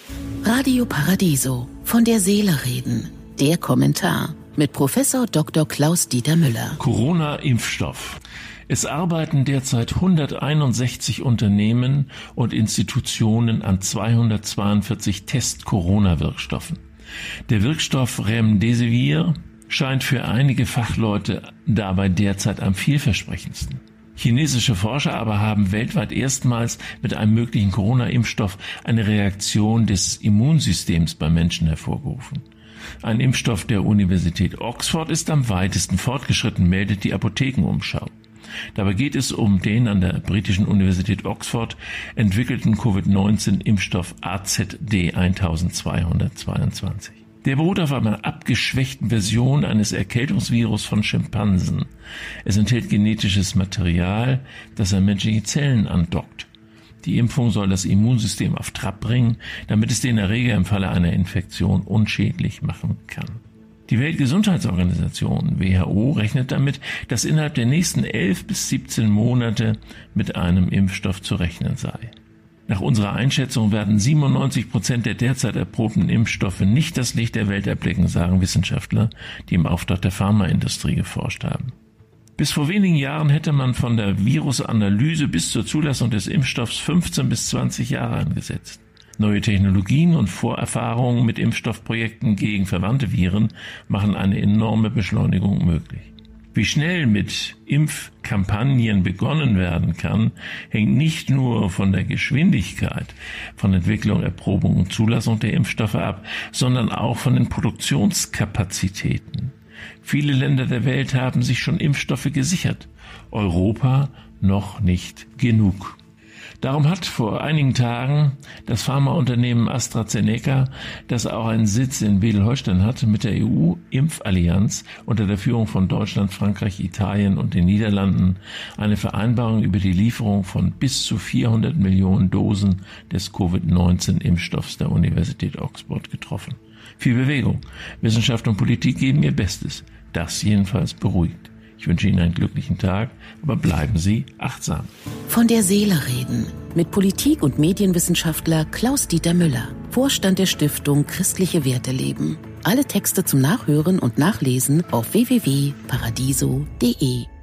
Radio Paradiso, von der Seele reden. Der Kommentar mit Professor Dr. Klaus-Dieter Müller. Corona-Impfstoff. Es arbeiten derzeit 161 Unternehmen und Institutionen an 242 Test-Corona-Wirkstoffen. Der Wirkstoff Remdesivir scheint für einige Fachleute dabei derzeit am vielversprechendsten. Chinesische Forscher aber haben weltweit erstmals mit einem möglichen Corona-Impfstoff eine Reaktion des Immunsystems bei Menschen hervorgerufen. Ein Impfstoff der Universität Oxford ist am weitesten fortgeschritten, meldet die Apothekenumschau. Dabei geht es um den an der britischen Universität Oxford entwickelten Covid-19-Impfstoff AZD1222. Der beruht auf einer abgeschwächten Version eines Erkältungsvirus von Schimpansen. Es enthält genetisches Material, das an menschliche Zellen andockt. Die Impfung soll das Immunsystem auf Trab bringen, damit es den Erreger im Falle einer Infektion unschädlich machen kann. Die Weltgesundheitsorganisation WHO rechnet damit, dass innerhalb der nächsten 11 bis 17 Monate mit einem Impfstoff zu rechnen sei. Nach unserer Einschätzung werden 97% der derzeit erprobten Impfstoffe nicht das Licht der Welt erblicken, sagen Wissenschaftler, die im Auftrag der Pharmaindustrie geforscht haben. Bis vor wenigen Jahren hätte man von der Virusanalyse bis zur Zulassung des Impfstoffs 15 bis 20 Jahre angesetzt. Neue Technologien und Vorerfahrungen mit Impfstoffprojekten gegen verwandte Viren machen eine enorme Beschleunigung möglich. Wie schnell mit Impfkampagnen begonnen werden kann, hängt nicht nur von der Geschwindigkeit von Entwicklung, Erprobung und Zulassung der Impfstoffe ab, sondern auch von den Produktionskapazitäten. Viele Länder der Welt haben sich schon Impfstoffe gesichert, Europa noch nicht genug. Darum hat vor einigen Tagen das Pharmaunternehmen AstraZeneca, das auch einen Sitz in Wedel-Holstein hat, mit der EU-Impfallianz unter der Führung von Deutschland, Frankreich, Italien und den Niederlanden eine Vereinbarung über die Lieferung von bis zu 400 Millionen Dosen des Covid-19-Impfstoffs der Universität Oxford getroffen. Viel Bewegung. Wissenschaft und Politik geben ihr Bestes. Das jedenfalls beruhigt. Ich wünsche Ihnen einen glücklichen Tag, aber bleiben Sie achtsam. Von der Seele reden mit Politik- und Medienwissenschaftler Klaus-Dieter Müller, Vorstand der Stiftung Christliche Werte leben. Alle Texte zum Nachhören und Nachlesen auf www.paradiso.de.